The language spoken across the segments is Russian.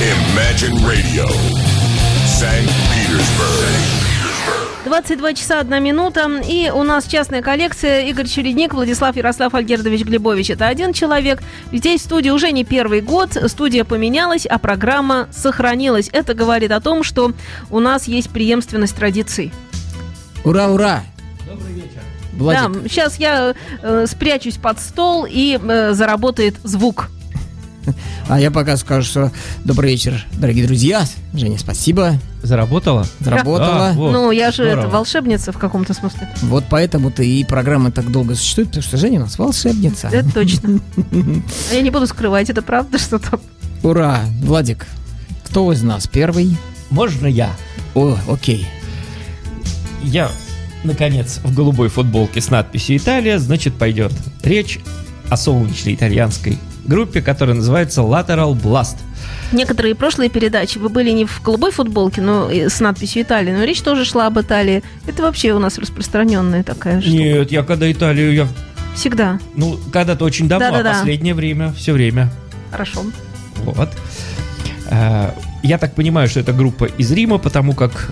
Imagine Radio, St. Petersburg. 22 часа 1 минута, и у нас частная коллекция. Игорь Чередник, Владислав Ярослав Альгердович Глебович. Это один человек. Здесь в студии уже не первый год. Студия поменялась, а программа сохранилась. Это говорит о том, что у нас есть преемственность традиций. Ура, ура! Добрый вечер. Владик. Да, сейчас я спрячусь под стол, и заработает звук. А я пока скажу, что добрый вечер, дорогие друзья. Женя, спасибо. Заработала? Заработала. Да, вот, ну, я же здорово. волшебница в каком-то смысле. Вот поэтому-то и программа так долго существует, потому что Женя у нас волшебница. Это точно. А я не буду скрывать, это правда что-то. Ура! Владик, кто из нас первый? Можно я? О, окей. Я, наконец, в голубой футболке с надписью «Италия», значит, пойдет речь о солнечной итальянской группе, которая называется Lateral Blast. Некоторые прошлые передачи вы были не в голубой футболке, но с надписью «Италия», но речь тоже шла об Италии. Это вообще у нас распространенная такая штука. Нет, я когда Италию, я... Всегда. Ну, когда-то очень давно, Да-да-да. а последнее время, все время. Хорошо. Вот. Я так понимаю, что это группа из Рима, потому как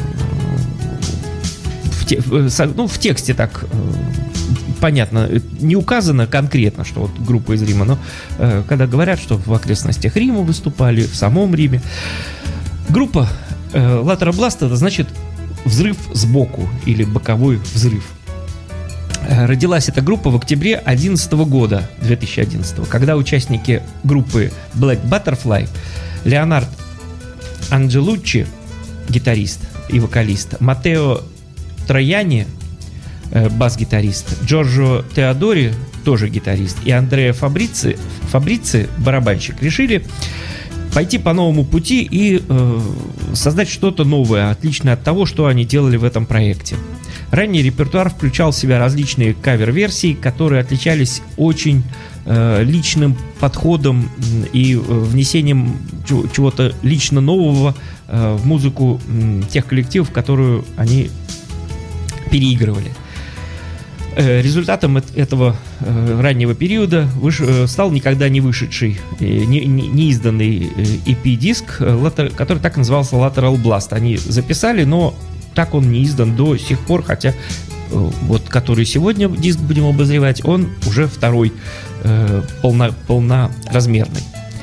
в тексте так понятно, не указано конкретно, что вот группа из Рима, но когда говорят, что в окрестностях Рима выступали, в самом Риме. Группа Lateral Blast, это значит взрыв сбоку или боковой взрыв. Родилась эта группа в октябре 2011 года, когда участники группы Black Butterfly Леонард Анджелуччи, гитарист и вокалист, Матео Трояни, бас-гитарист, Джорджо Теодори, тоже гитарист, и Андреа Фабрици, барабанщик, решили пойти по новому пути и создать что-то новое, отличное от того, что они делали в этом проекте. Ранний репертуар включал в себя различные кавер-версии, которые отличались очень личным подходом и внесением чего-то лично нового в музыку тех коллективов, которую они переигрывали. Результатом этого раннего периода стал никогда не вышедший, не изданный EP-диск, который так назывался Lateral Blast. Они записали, но так он не издан до сих пор, хотя вот который сегодня диск будем обозревать, он уже второй полноразмерный.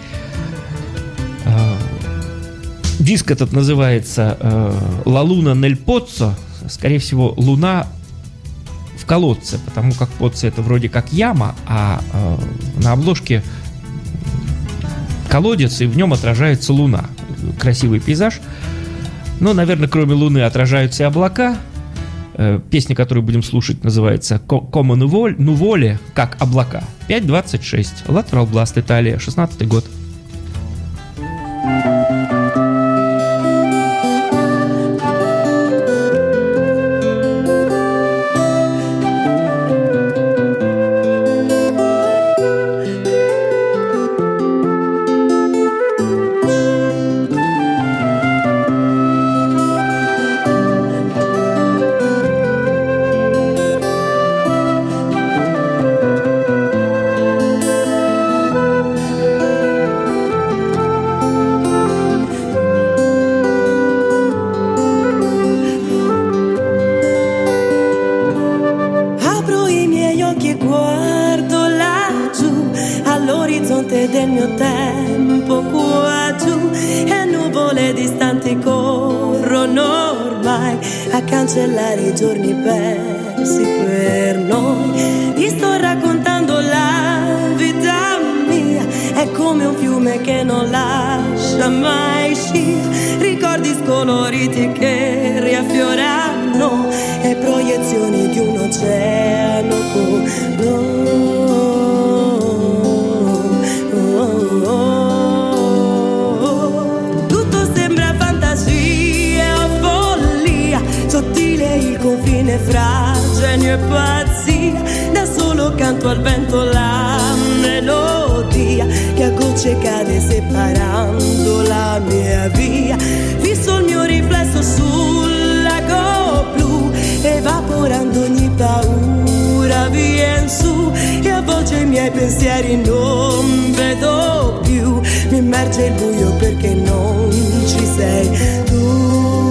Диск этот называется La Luna nel Pozzo, скорее всего, луна в колодце, потому как Позzo это вроде как яма, а на обложке колодец, и в нем отражается луна. Красивый пейзаж. Но, наверное, кроме луны отражаются и облака. Песня, которую будем слушать, называется «Come nuvole», как облака. 5.26. Lateral Blast, Италия, 16-й год. Del mio tempo qua giù e nuvole distanti corrono ormai a cancellare i giorni persi per noi. Ti sto raccontando la vita mia, è come un fiume che non lascia mai scia, ricordi scoloriti che riaffiorano e proiezioni di un oceano colore. Tutto sembra fantasia o follia, sottile il confine fra genio e pazzia, da solo canto al vento la melodia che a gocce cade separando la mia via, fisso il mio riflesso sul lago blu, evaporando ogni paura via in su, e avvolge i miei pensieri, non vedo più, mi emerge il buio perché non ci sei tu.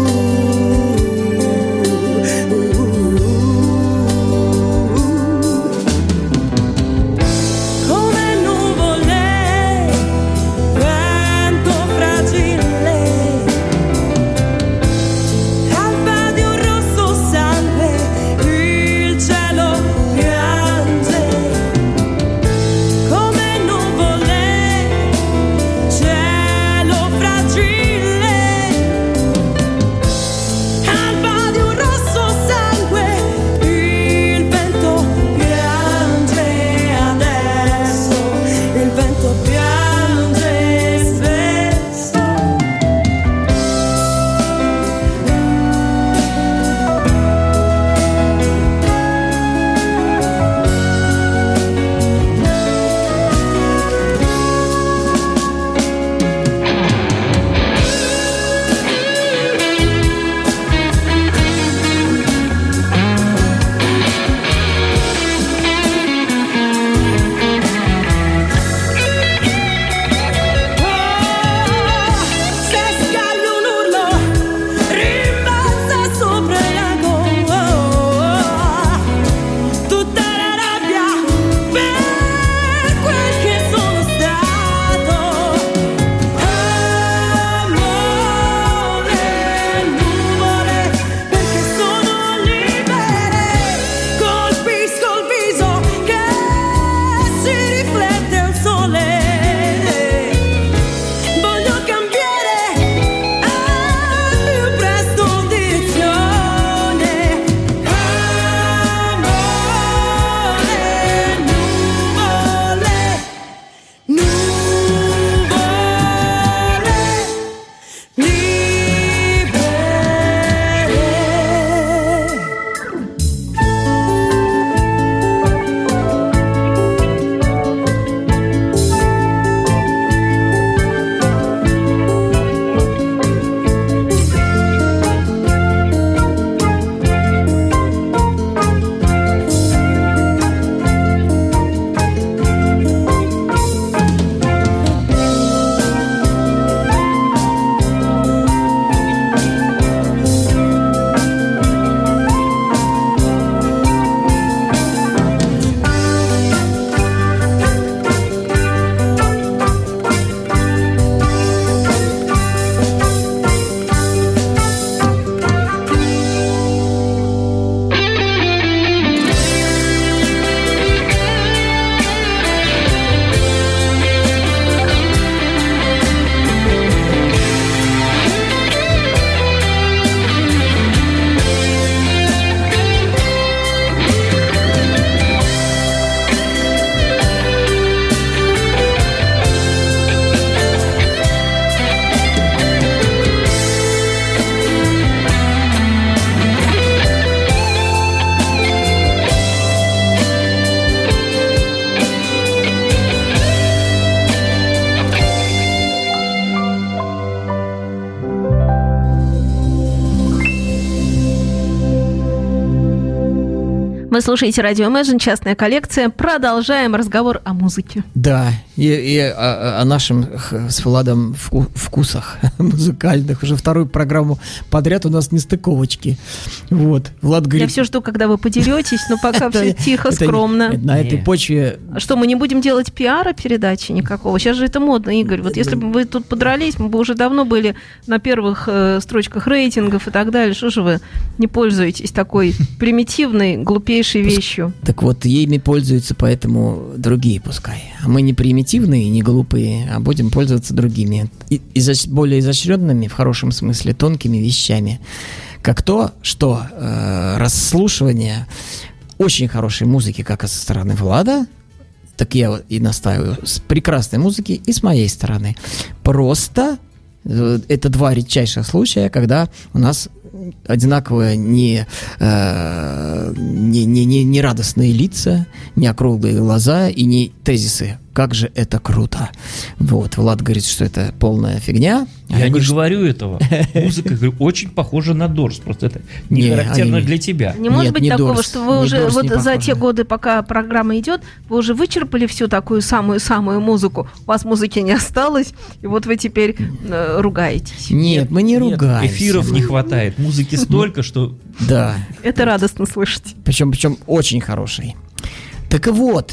Вы слушаете радио Imagine, частная коллекция. Продолжаем разговор о музыке. Да, и о нашем с Владом вкусах музыкальных. Уже вторую программу подряд у нас нестыковочки. Вот. Влад говорит... Я все жду, когда вы подеретесь, но пока все тихо, скромно. На этой почве... Что, мы не будем делать пиара передачи никакого? Сейчас же это модно, Игорь. Вот если бы вы тут подрались, мы бы уже давно были на первых строчках рейтингов и так далее. Что же вы не пользуетесь такой примитивной, глупейшей вещью? Так вот, ими пользуются, поэтому другие пускай. А мы не примитивные, не глупые, а будем пользоваться другими. И более изощренными, в хорошем смысле, тонкими вещами. Как то, что расслушивание очень хорошей музыки, как и со стороны Влада, так я и настаиваю, с прекрасной музыки и с моей стороны. Просто это два редчайших случая, когда у нас одинаково не радостные лица, не округлые глаза и не тезисы как же это круто. Вот, Влад говорит, что это полная фигня. Я не говорю этого. Музыка, говорю, очень похожа на Doors. Просто это не характерно для тебя. Не может быть не такого, Doors, что вы не уже Doors вот не за похожи. те годы, пока программа идет, вы уже вычерпали всю такую самую-самую музыку. У вас музыки не осталось, и вот вы теперь ругаетесь. Нет, мы не Нет, ругаемся. эфиров не хватает. Музыки столько, что... Да. Это радостно слышать. Причем очень хороший. Так вот,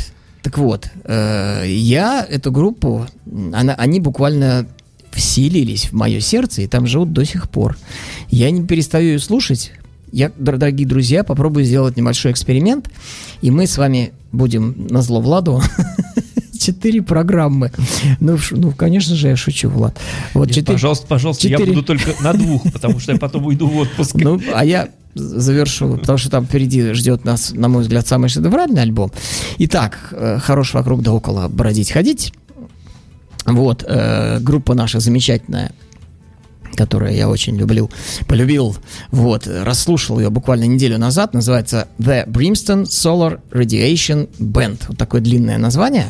я эту группу, они буквально вселились в мое сердце и там живут до сих пор. Я не перестаю ее слушать. Я, дорогие друзья, попробую сделать небольшой эксперимент, и мы с вами будем назло Владу 4 программы. Ну, конечно же, я шучу, Влад. Вот Нет, пожалуйста, я буду только на 2, потому что я потом уйду в отпуск. Ну, а я завершу, потому что там впереди ждет нас, на мой взгляд, самый шедевральный альбом. Итак, «Хорош вокруг да около бродить ходить». Вот, группа наша замечательная, которую я очень полюбил, вот, расслушал ее буквально неделю назад, называется The Brimstone Solar Radiation Band. Вот такое длинное название.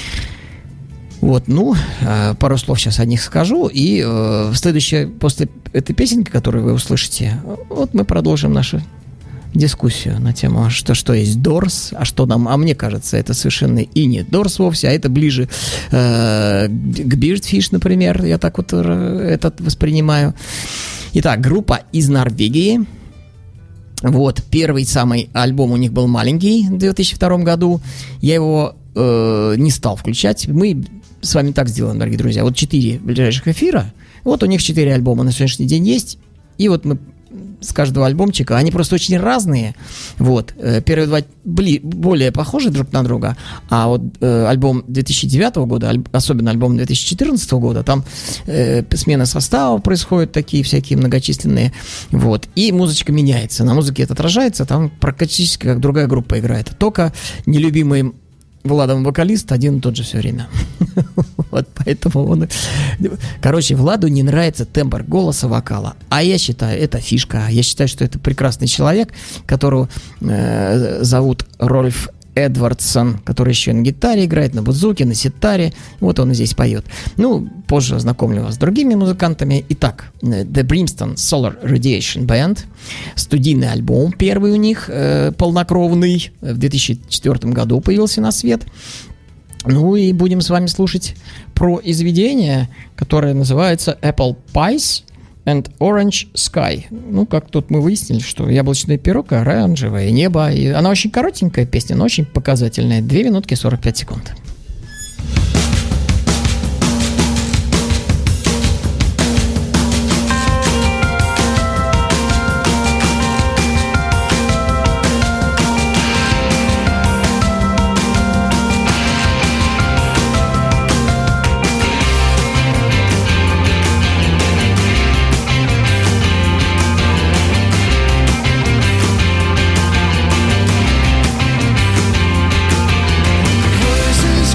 Вот, пару слов сейчас о них скажу, и после этой песенки, которую вы услышите, вот мы продолжим нашу дискуссию на тему, что есть Doors, а мне кажется, это совершенно и не Doors вовсе, а это ближе к Birdfish, например, я так вот этот воспринимаю. Итак, группа из Норвегии. Вот, первый самый альбом у них был маленький в 2002 году, я его не стал включать. Мы с вами так сделаем, дорогие друзья, вот 4 ближайших эфира, вот у них 4 альбома на сегодняшний день есть, и вот мы с каждого альбомчика, они просто очень разные. Вот. Первые 2 более похожи друг на друга, а вот альбом 2009 года, особенно альбом 2014 года, там смена состава происходит, такие всякие многочисленные. Вот. И музычка меняется. На музыке это отражается, там практически как другая группа играет. Только нелюбимый Владом вокалист один и тот же все время. Вот поэтому Владу не нравится тембр голоса, вокала. А я считаю, это фишка. Я считаю, что это прекрасный человек, которого зовут Рольф Эдвардсон, который еще и на гитаре играет, на бузуке, на ситаре. Вот он и здесь поет. Позже ознакомлю вас с другими музыкантами. Итак, The Brimstone Solar Radiation Band. Студийный альбом первый у них, полнокровный. В 2004 году появился на свет. И будем с вами слушать произведение, которое называется Apple Pies and Orange Sky. Как тут мы выяснили, что яблочный пирог, оранжевое небо. И она очень коротенькая песня, но очень показательная. 2 минутки 45 секунд. Voices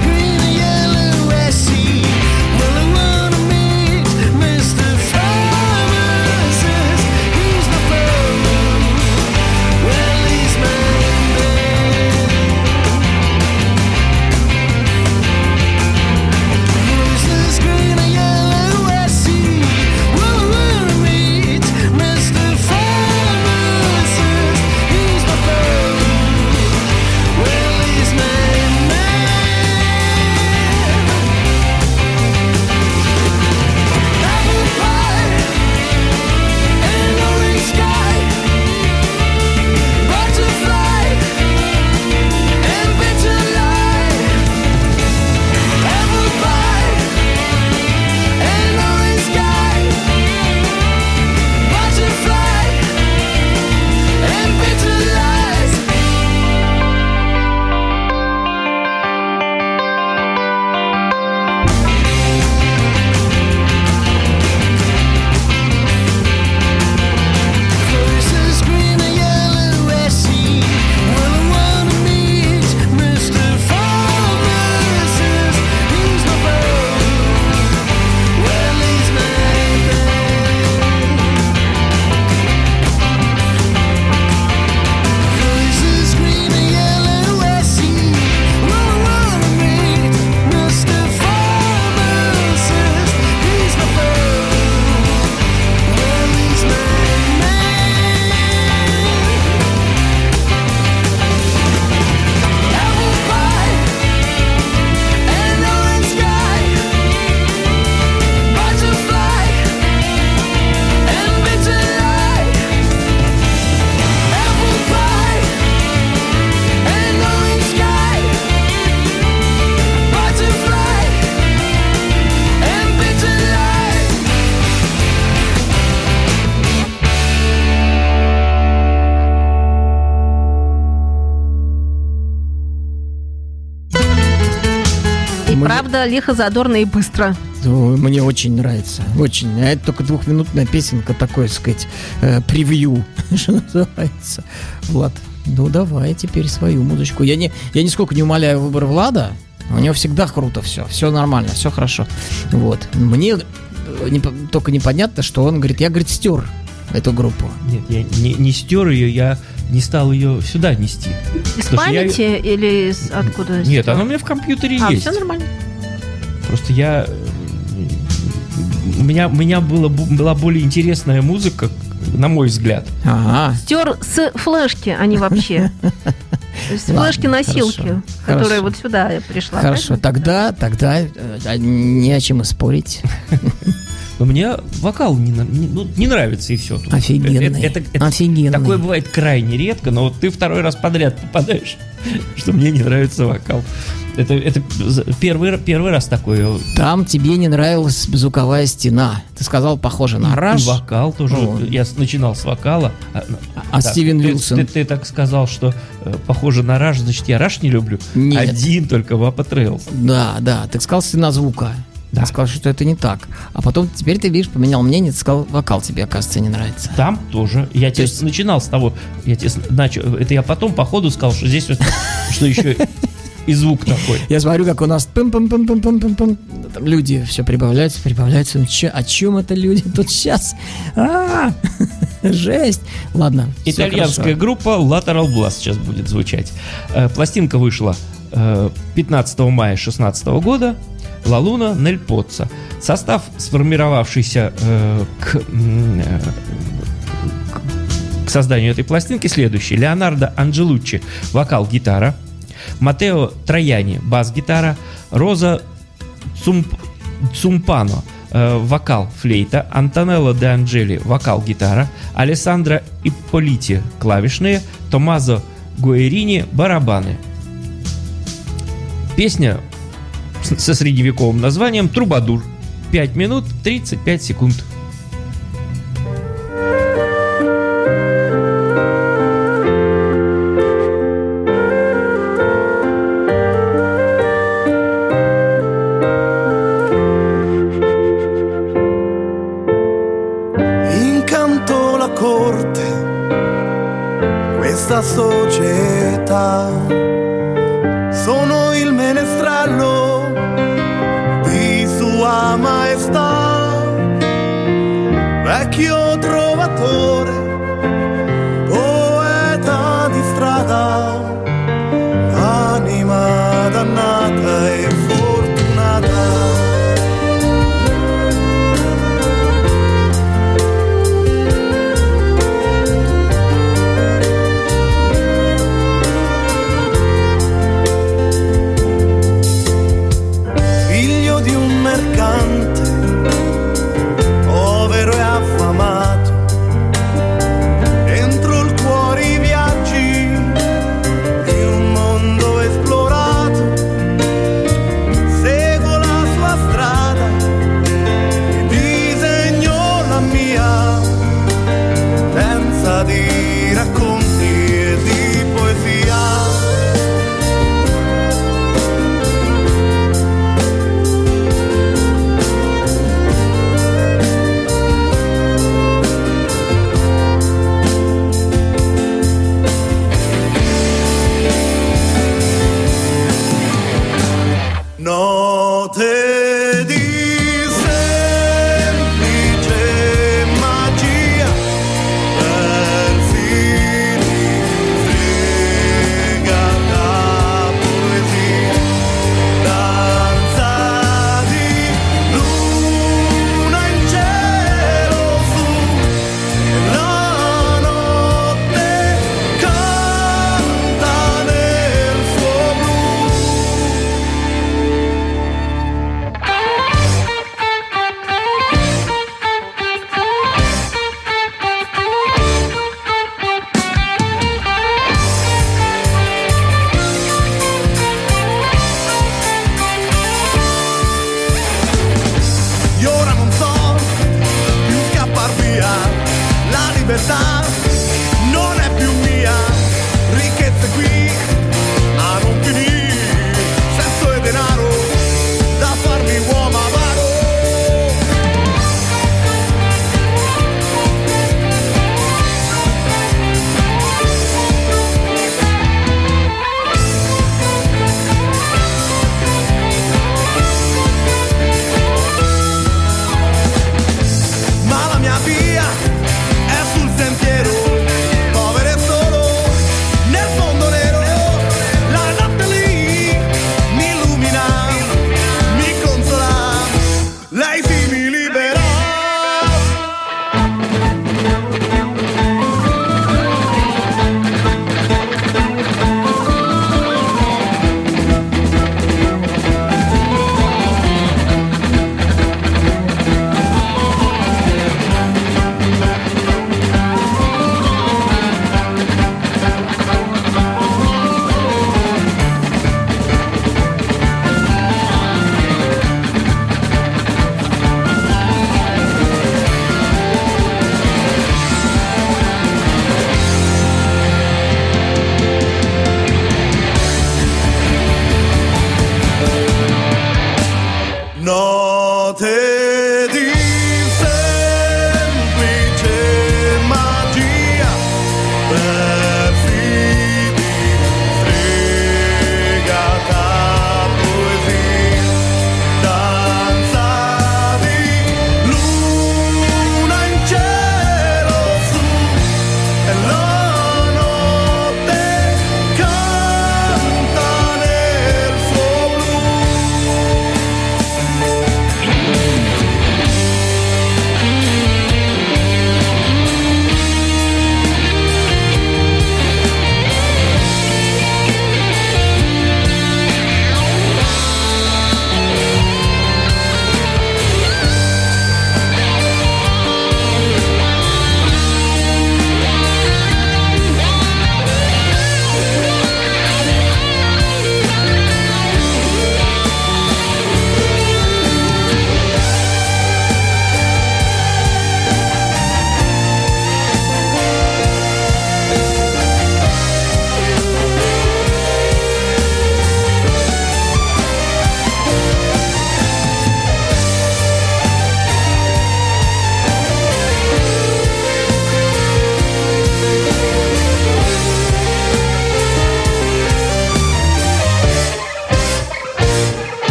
надо лихо, задорно и быстро. Мне очень нравится. Очень. А это только 2-минутная песенка, такой, сказать, превью, что называется. Влад, ну давай теперь свою музычку. Я нисколько не умаляю выбор Влада. У него всегда круто все. Все нормально, все хорошо. Вот. Мне только непонятно, что он говорит, я, говорит, стер эту группу. Нет, я не стер ее, я не стал ее сюда нести. Из памяти или откуда? Нет, стер? она у меня в компьютере есть. Все нормально. Просто у меня была более интересная музыка, на мой взгляд. Ага. Стер с флешки, а не вообще. То есть флешки-носилки, которая вот сюда пришла. Хорошо, тогда не о чем и спорить. Но мне вокал не нравится, и все. Офигенный. Офигенный. Такое бывает крайне редко, но вот ты второй раз подряд попадаешь, что мне не нравится вокал. Это первый раз такое. Там тебе не нравилась звуковая стена. Ты сказал, похоже на Rush. И вокал тоже. Я начинал с вокала. Стивен Вилсон? Ты так сказал, что похоже на Rush, значит, я Rush не люблю. Нет. Один только Vapor Trails. Да. Ты сказал стена звука. Да. Ты сказал, что это не так. А потом теперь ты, видишь, поменял мнение, ты сказал, вокал тебе, оказывается, не нравится. Там тоже. Я начинал с того. Это я потом по ходу сказал, что здесь вот, что еще и звук такой. Я смотрю, как у нас пым-пым-пым-пым-пым-пым. Там люди все прибавляются. О чем это люди тут сейчас? Жесть. Ладно. Итальянская группа Lateral Blast сейчас будет звучать. Пластинка вышла 15 мая 2016 года. La Luna nel Pozzo. Состав, сформировавшийся к созданию этой пластинки, следующий. Леонардо Анджелуччи – вокал-гитара. Матео Трояни – бас-гитара. Роза Цумпано – вокал-флейта. Антонелло де Анджели – вокал-гитара. Алессандро Ипполити – клавишные. Томмазо Гуэрини – барабаны. Песня со средневековым названием «Трубадур». 5 минут 35 секунд. Incanto la corte, questa società, sono il menestrello di Sua Maestà, vecchio trovatore, poeta di strada, anima dannata e fortunata. Povero e affamato, dentro il cuore i viaggi di un mondo esplorato. Seguo la sua strada e disegno la mia, densa di racconti e di poesia. Note di semplice magia, versi di stregata poesia, danza di luna in cielo su, e la notte canta nel suo blu. Io ora non so più scappar via, la libertà non è più mia, ricchezze qui a non finire, sesso e denaro da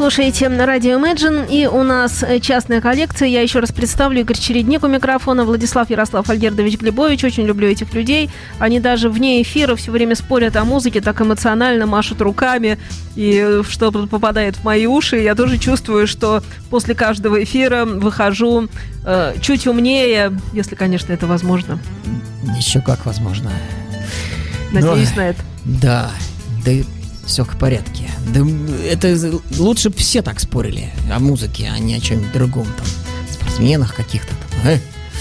слушаете радио Imagine, и у нас частная коллекция. Я еще раз представлю: Игорь Чередник у микрофона, Владислав Ярослав Альгердович Глебович. Очень люблю этих людей. Они даже вне эфира все время спорят о музыке, так эмоционально машут руками, и что попадает в мои уши. Я тоже чувствую, что после каждого эфира выхожу чуть умнее, если, конечно, это возможно. Еще как возможно. Надеюсь на это. Да, все в порядке. Да, это лучше бы все так спорили о музыке, а не о чем-нибудь другом, там, спортсменах каких-то там.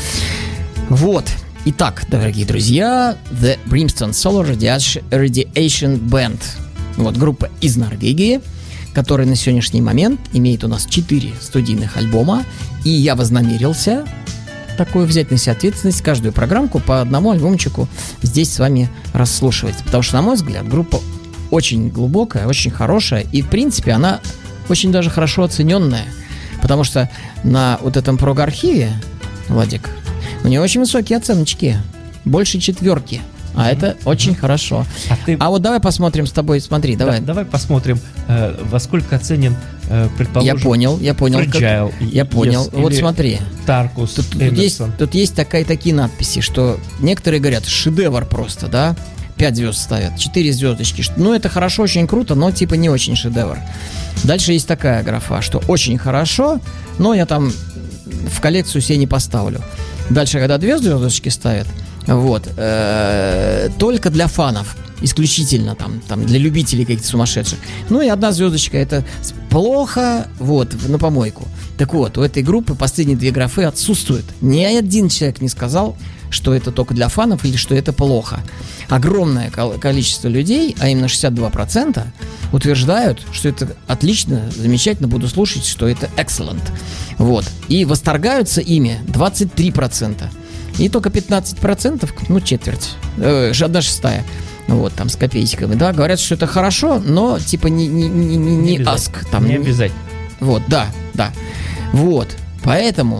Вот. Итак, дорогие друзья, The Brimstone Solar Radiation Band. Вот группа из Норвегии, которая на сегодняшний момент имеет у нас 4 студийных альбома. И я вознамерился такую взять на себя ответственность, каждую программку по одному альбомчику здесь с вами расслушивать. Потому что, на мой взгляд, группа очень глубокая, очень хорошая, и, в принципе, она очень даже хорошо оцененная. Потому что на вот этом прог-архиве, Владик, у нее очень высокие оценочки, больше 4. А это очень хорошо. А вот давай посмотрим с тобой, смотри, давай. Давай посмотрим, во сколько оценен, предположим, Я понял. Fragile, Я понял. Вот смотри. Таркус, Тут есть такие надписи, что некоторые говорят, шедевр просто, да? 5 звезд ставят, 4 звездочки. Ну, это хорошо, очень круто, но типа не очень шедевр. Дальше есть такая графа, что очень хорошо, но я там в коллекцию себе не поставлю. Дальше, когда 2 звездочки ставят, вот, только для фанов, исключительно там для любителей каких-то сумасшедших. Ну и 1 звездочка, это плохо, вот, на помойку. Так вот, у этой группы последние 2 графы отсутствуют. Ни один человек не сказал, что это только для фанов или что это плохо. Огромное количество людей, а именно 62%, утверждают, что это отлично, замечательно, буду слушать, что это excellent. Вот. И восторгаются ими 23%. И только 15%, ну, четверть, 1/6, вот, там, с копейками, да, говорят, что это хорошо, но, типа, не аск. Там, не обязательно. Вот, да. Вот. Поэтому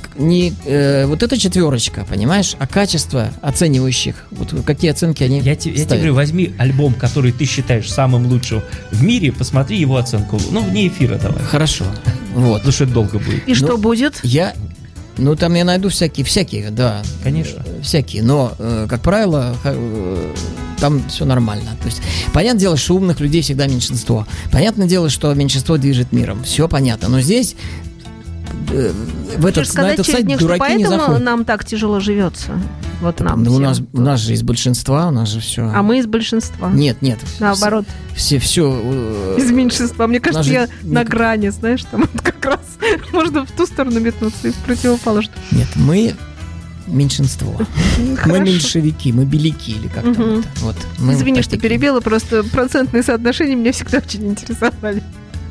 вот эта 4, понимаешь, а качество оценивающих, вот какие оценки они я тебе говорю, возьми альбом, который ты считаешь самым лучшим в мире, посмотри его оценку. Ну, вне эфира давай. Хорошо. Вот. Потому что это долго будет. И что будет? Там я найду всякие, да. Конечно. Всякие, но, как правило, там все нормально. То есть, понятное дело, что умных людей всегда меньшинство. Понятное дело, что меньшинство движет миром. Все понятно. Но здесь на этот сайт дураки не заходят. Поэтому нам так тяжело живется. Вот нам. Ну, у нас же из большинства, у нас же все. А мы из большинства. Нет. Наоборот. Все. Из меньшинства. Мне кажется, я на грани, знаешь, там как раз можно в ту сторону метнуться и в противоположную. Нет, мы меньшинство. Мы меньшевики, мы беляки или как там это. Вот, извини, что перебила, просто процентные соотношения меня всегда очень интересовали.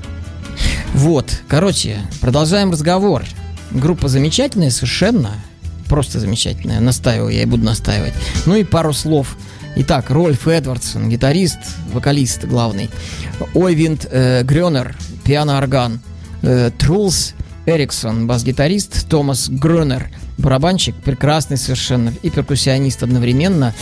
Вот, короче, продолжаем разговор. Группа замечательная совершенно, просто замечательная. Настаиваю, я и буду настаивать. Ну и пару слов. Итак, Рольф Эдвардсон, гитарист, вокалист главный. Ойвинд Грёнер, пиано-орган. Трулс Эриксон, бас-гитарист. Томас Грёнер, барабанщик, прекрасный совершенно, и перкуссионист одновременно.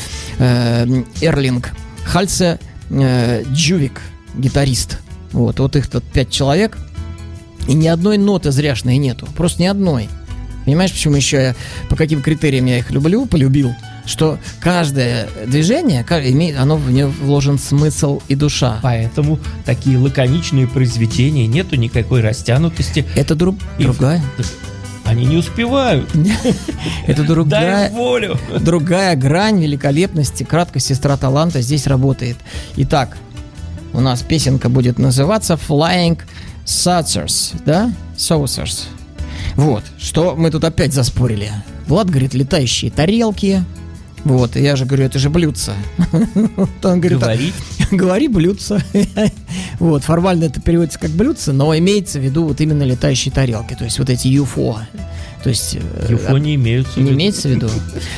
Эрлинг Хальце Джувик, гитарист. Вот их тут 5 человек. И ни одной ноты зряшной нету. Просто ни одной. Понимаешь, почему еще я, по каким критериям я их полюбил? Что каждое движение, в нее вложен смысл и душа. Поэтому такие лаконичные произведения, нету никакой растянутости. Это другая. Они не успевают. Это Дай волю. Другая грань великолепности, краткость, сестра таланта здесь работает. Итак, у нас песенка будет называться Flying Saucers, да? Saucers. Вот, что мы тут опять заспорили. Влад говорит, летающие тарелки. Вот, и я же говорю, это же блюдца. Он говорит, говори блюдца. Вот, формально это переводится как блюдца, но имеется в виду вот именно летающие тарелки. То есть вот эти UFO. То есть... UFO не имеются в виду. Не имеется в виду?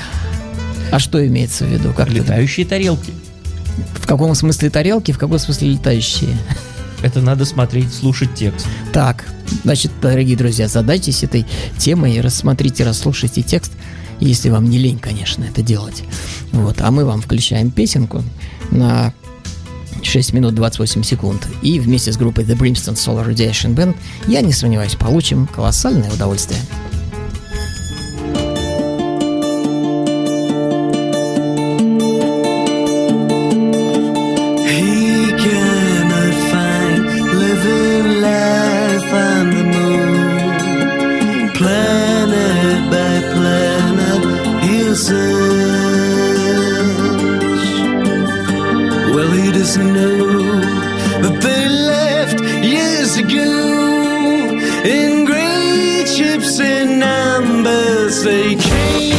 А что имеется в виду? Летающие тарелки. В каком смысле тарелки, в каком смысле летающие? Это надо смотреть, слушать текст. Так, значит, дорогие друзья, задайтесь этой темой и рассмотрите, расслушайте текст, если вам не лень, конечно, это делать. Вот, а мы вам включаем песенку на 6 минут 28 секунд. И вместе с группой The Brimstone Solar Radiation Band, я не сомневаюсь, получим колоссальное удовольствие. Well, he doesn't know that they left years ago in great ships in numbers they came.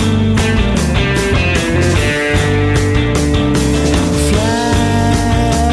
Fly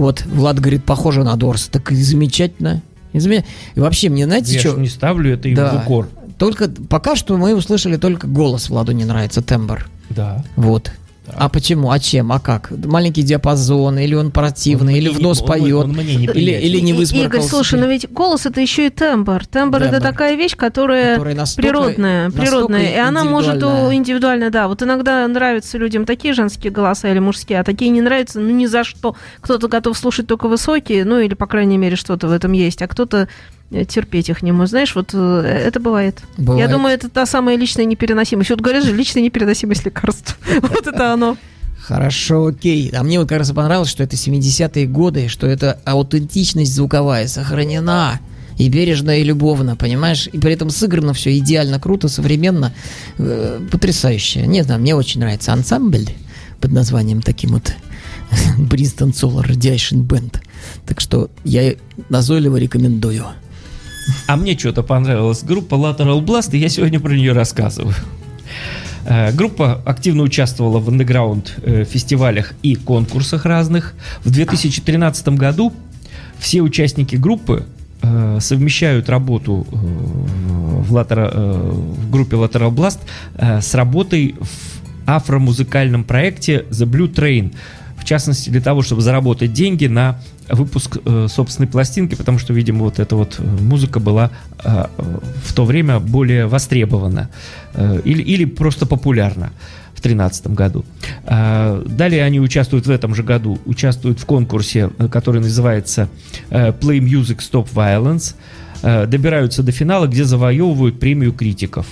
Вот, Влад говорит, похоже на Дорс. Так и замечательно. И вообще, мне, знаете, Я что... же не ставлю это им в укор. Только пока что мы услышали только голос Владу не нравится, тембр. Да. Вот. А почему? А чем? А как? Маленький диапазон, или он противный, или в нос поет, или не высморкался. Игорь, слушай, но ведь голос — это еще и тембр. Тембр — это такая вещь, которая природная, и она может индивидуально, да. Вот иногда нравятся людям такие женские голоса или мужские, а такие не нравятся, ну, ни за что. Кто-то готов слушать только высокие, ну, или, по крайней мере, что-то в этом есть, а кто-то терпеть их не может. Знаешь, вот это бывает. Я думаю, это та самая личная непереносимость. Вот говорят же, личная непереносимость лекарств. Вот это оно. Хорошо, окей. А мне вот как раз понравилось, что это 70-е годы, что эта аутентичность звуковая сохранена. И бережно, и любовно, понимаешь? И при этом сыграно все идеально, круто, современно. Потрясающе. Не знаю, мне очень нравится ансамбль под названием таким вот Bristol Solar Radiation Band. Так что я назойливо рекомендую. А мне что-то понравилась группа Lateral Blast, и я сегодня про нее рассказываю. Группа активно участвовала в андеграунд-фестивалях и конкурсах разных. В 2013 году все участники группы совмещают работу в группе Lateral Blast с работой в афромузыкальном проекте The Blue Train. В частности, для того, чтобы заработать деньги на выпуск собственной пластинки, потому что, видимо, вот эта вот музыка была в то время более востребована или просто популярна в 2013 году. Далее они участвуют в этом же году, участвуют в конкурсе, который называется Play Music Stop Violence, добираются до финала, где завоевывают премию критиков.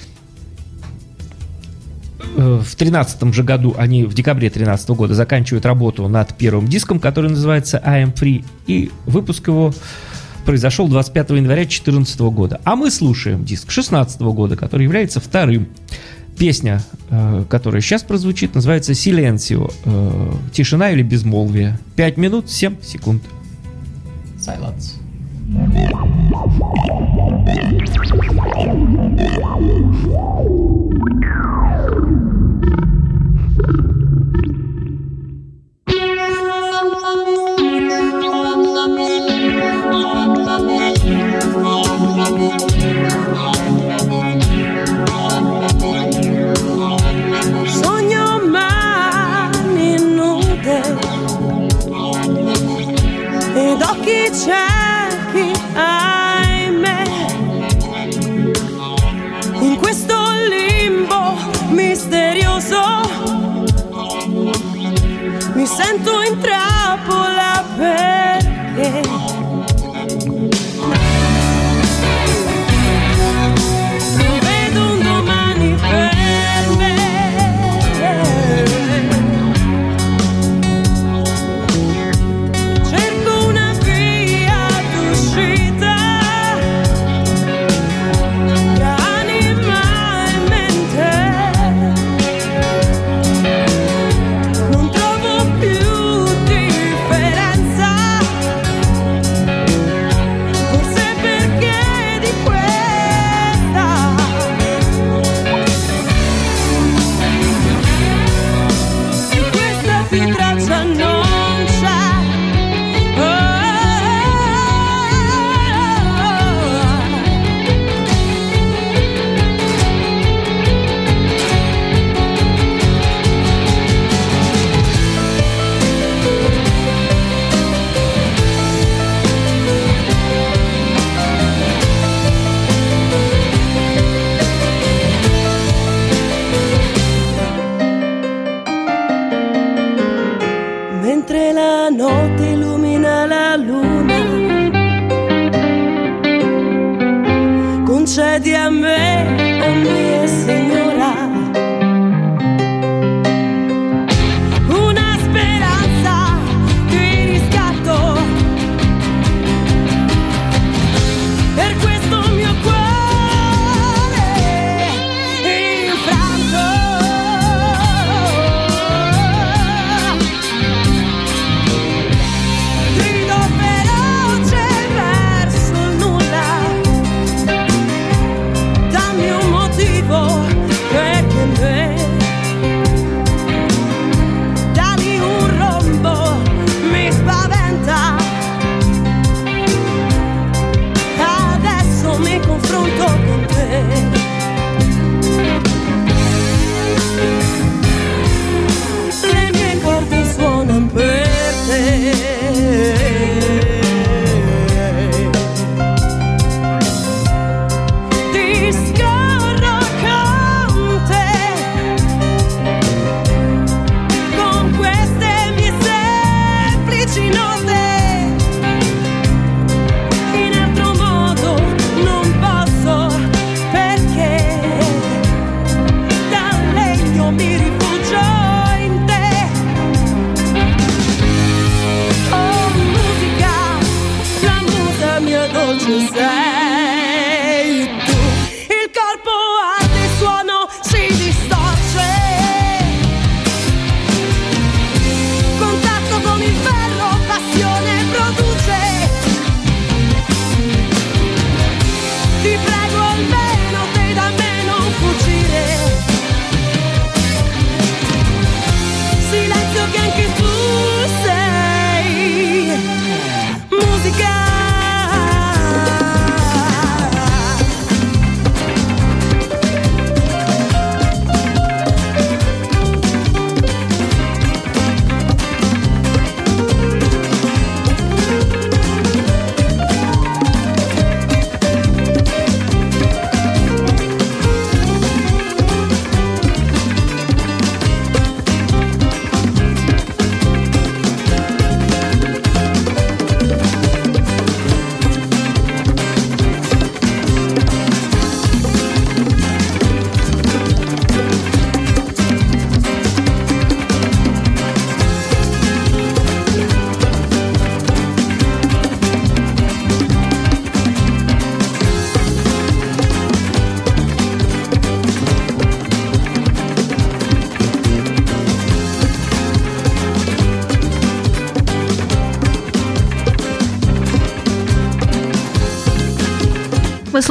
В 2013 же году они, в декабре 2013 года, заканчивают работу над первым диском, который называется I Am Free, и выпуск его произошел 25 января 2014 года. А мы слушаем диск 2016 года, который является вторым. Песня, которая сейчас прозвучит, называется Silencio, тишина или безмолвие. 5 минут 7 секунд. Silence. Sogno mani nude ed occhi ciechi, ahimè, in questo limbo misterioso mi sento in trappola perché non trovo più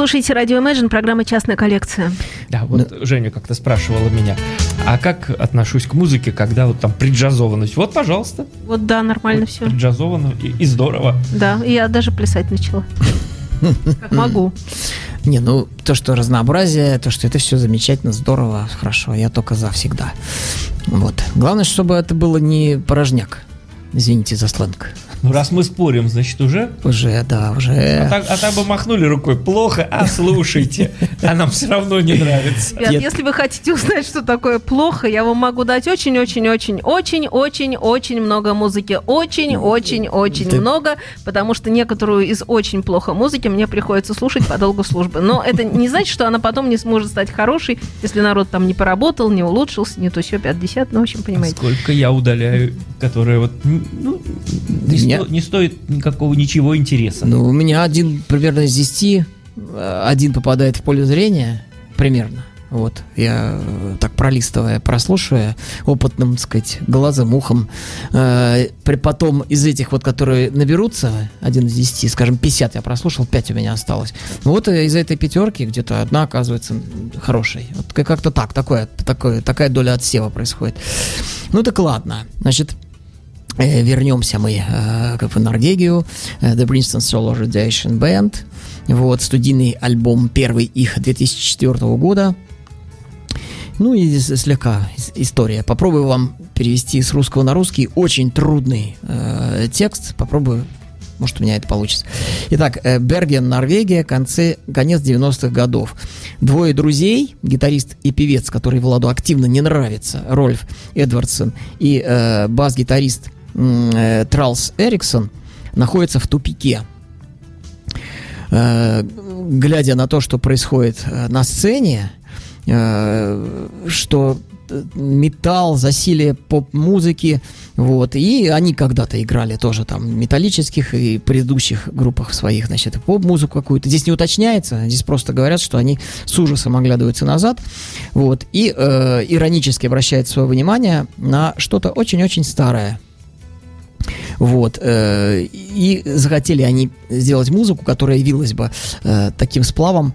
Вы слушаете радио Imagine, программа «Частная коллекция». Да, вот Женя как-то спрашивала меня, а как отношусь к музыке, когда вот там преджазованность? Вот, пожалуйста. Вот да, нормально все. Преджазовано и здорово. Да, и я даже плясать начала. Как могу. Не, ну, то, что разнообразие, то, что это все замечательно, здорово, хорошо, я только за всегда. Вот. Главное, чтобы это было не порожняк. Извините за сленг. Ну, раз мы спорим, значит, уже? Уже, да, уже. А так бы махнули рукой. Плохо, слушайте. А нам все равно не нравится. Ребят, если вы хотите узнать, что такое плохо, я вам могу дать очень-очень-очень-очень-очень много музыки. Очень-очень-очень много, потому что некоторую из очень плохо музыки мне приходится слушать по долгу службы. Но это не значит, что она потом не сможет стать хорошей, если народ там не поработал, не улучшился, не то все 50, ну, в общем, понимаете. Сколько я удаляю, которые вот, ну, не стоит ничего интереса. Ну, у меня примерно из 10, один попадает в поле зрения, примерно. Вот, я так пролистывая, прослушивая, опытным, так сказать, глазом, ухом. Потом из этих вот, которые наберутся, 1 из 10, скажем, 50 я прослушал, 5 у меня осталось. Вот из этой 5 где-то одна оказывается хорошей. Вот как-то такая доля отсева происходит. Ну так ладно, значит... Вернемся мы в Норвегию. The Princeton Solar Radiation Band. Вот, студийный альбом, первый их 2004 года. Ну и слегка история. Попробую вам перевести с русского на русский. Очень трудный текст. Попробую, может, у меня это получится. Итак, Берген, Норвегия, конец 90-х годов. 2 друзей, гитарист и певец, который Владу активно не нравится, Рольф Эдвардсон, и бас-гитарист Тралс Эриксон, находятся в тупике. Глядя на то, что происходит на сцене, что металл, засилие поп-музыки, вот, и они когда-то играли тоже там в металлических и предыдущих группах своих, значит, поп-музыку какую-то. Здесь не уточняется, здесь просто говорят, что они с ужасом оглядываются назад, вот, и иронически обращают свое внимание на что-то очень-очень старое. Вот, и захотели они сделать музыку, которая явилась бы таким сплавом,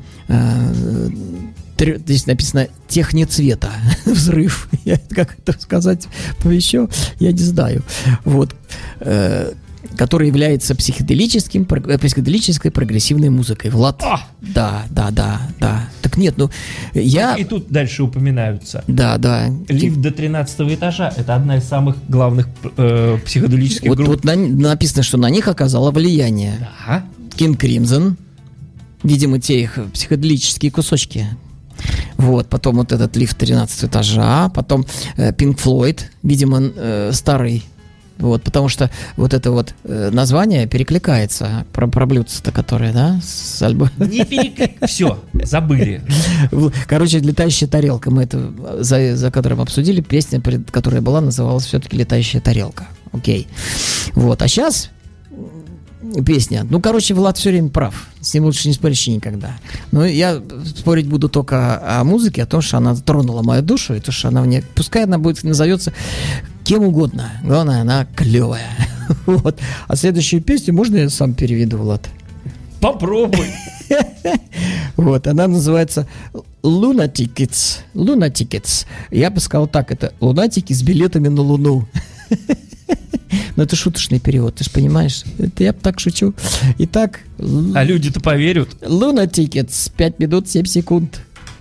здесь написано технецвета, взрыв, как это сказать еще, я не знаю, вот, который является психоделической прогрессивной музыкой. Влад, да. Так нет, ну, я... И тут дальше упоминаются. Да. Лифт до 13 этажа – это одна из самых главных психоделических групп. Вот написано, что на них оказало влияние. Да. King Crimson, видимо, те их психоделические кусочки. Вот, потом вот этот лифт 13 этажа, потом Pink Floyd, видимо, старый. Вот, потому что вот это вот название перекликается про блюдце-то, которое, да, с альбомом. Все, забыли. Короче, «Летающая тарелка». Мы это за кадром обсудили. Песня, которая была, называлась все-таки «Летающая тарелка». Окей. Вот, а сейчас песня. Ну, короче, Влад все время прав. С ним лучше не спорить никогда. Но я спорить буду только о музыке, о том, что она тронула мою душу, и то, что она мне... Пускай она будет назовется кем угодно. Главное, она клевая. Вот. А следующую песню можно я сам переведу, Влад? Попробуй. Вот, она называется Lunatics. Lunatics. Я бы сказал так, это лунатики с билетами на Луну. Но это шуточный перевод, ты же понимаешь? Это я так шучу. Итак... А люди-то поверят. Lunatics, 5 минут 7 секунд.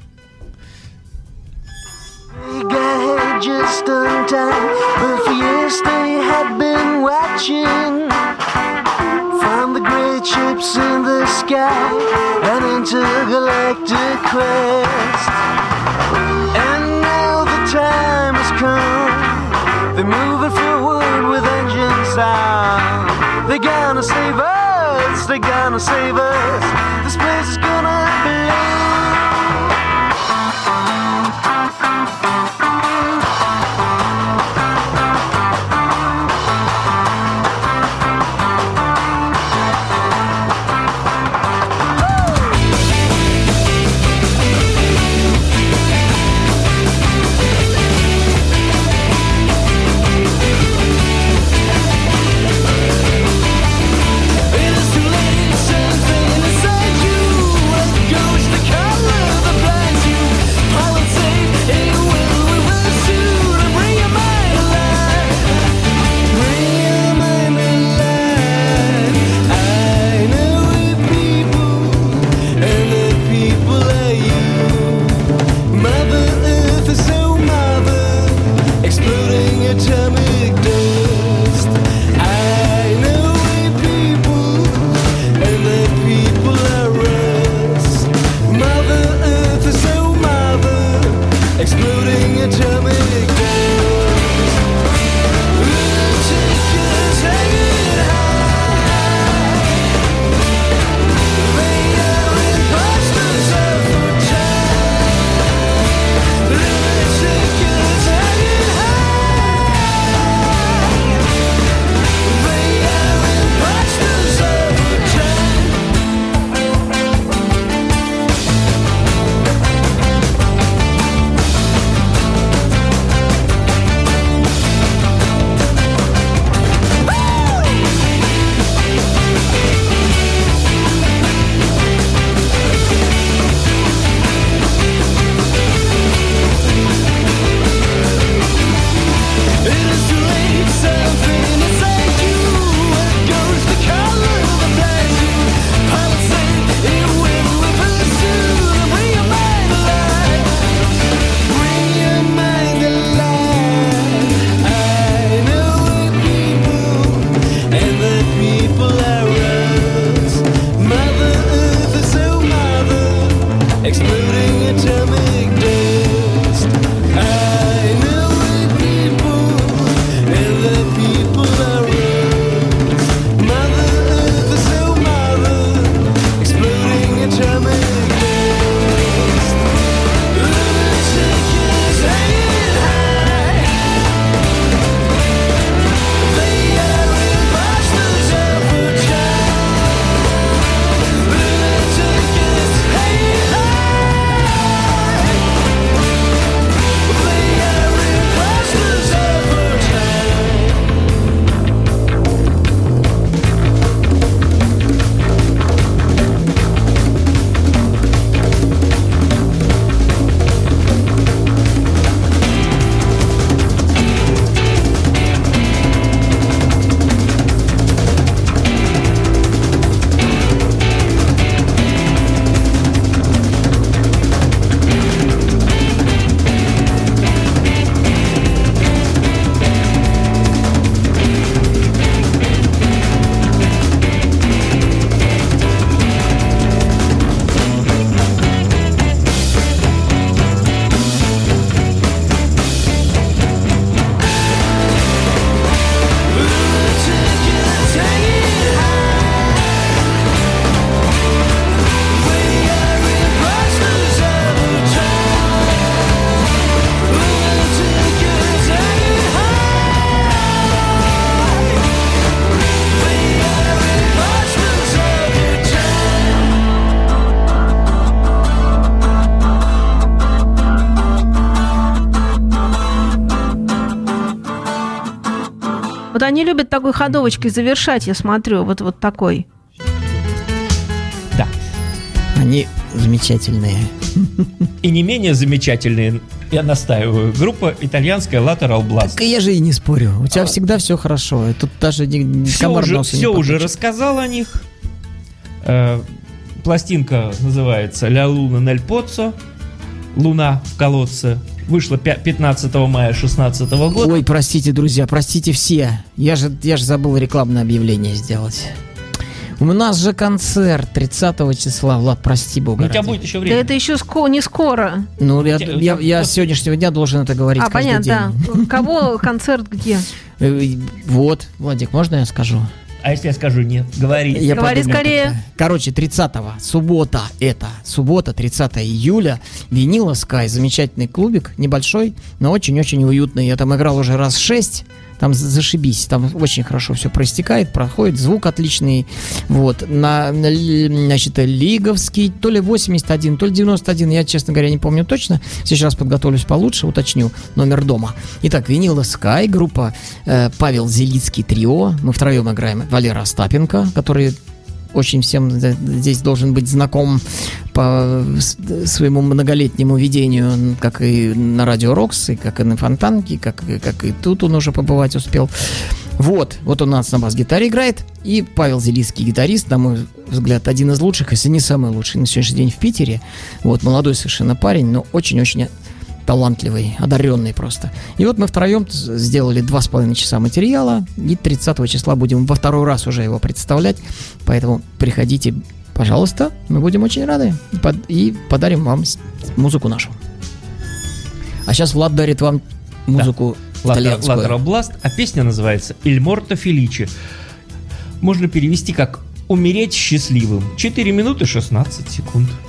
Just on time, but for years they had been watching from the great ships in the sky, an intergalactic quest. And now the time has come, they're moving forward with engines out. They're gonna save us, they're gonna save us. This place is gonna blow. It's too late, something inside you. Вот они любят такой ходовочкой завершать, я смотрю, вот такой. Да. Они замечательные. И не менее замечательные, я настаиваю, группа итальянская Lateral Blast. Так я же и не спорю. У тебя всегда все хорошо. И тут даже комар носа не Все уже поточит. рассказал о них. Пластинка называется «Ля Луна нель Поццо», «Луна в колодце». Вышла 15 мая 2016 года. Ой, простите, друзья, простите все. Я же забыл рекламное объявление сделать. У нас же концерт 30 числа. Влад, прости бога У тебя ради. будет еще Да время. это еще не скоро. Ну, тебя- я с сегодняшнего дня должен это говорить каждый Понятно, день. да. Кого концерт где? Вот, Владик, можно я скажу? А если я скажу нет? Говори. Я Говори подумаю скорее. как-то. Короче, 30-го, суббота, 30 июля, Винила Sky, замечательный клубик, небольшой, но очень-очень уютный. Я там играл уже раз 6, там зашибись, там очень хорошо все проистекает, проходит, звук отличный. Вот, значит, Лиговский, то ли 81, то ли 91, я, честно говоря, не помню точно. Сейчас подготовлюсь получше, уточню номер дома. Итак, Винила Sky, группа Павел Зелицкий трио, мы втроем играем. Валера Остапенко, который очень всем здесь должен быть знаком по своему многолетнему ведению, как и на Радио Рокс, и как и на Фонтанке, как и тут он уже побывать успел. Вот у нас на бас-гитаре играет, и Павел Зелицкий, гитарист, на мой взгляд, один из лучших, если не самый лучший на сегодняшний день в Питере. Вот, молодой совершенно парень, но очень-очень талантливый, одаренный просто. И вот мы втроем сделали 2,5 часа материала, и 30 числа будем во второй раз уже его представлять, поэтому приходите, пожалуйста, мы будем очень рады, и подарим вам музыку нашу. А сейчас Влад дарит вам музыку итальянскую. Lateral Blast, а песня называется «Il Morto Felice». Можно перевести как «Умереть счастливым». 4 минуты 16 секунд.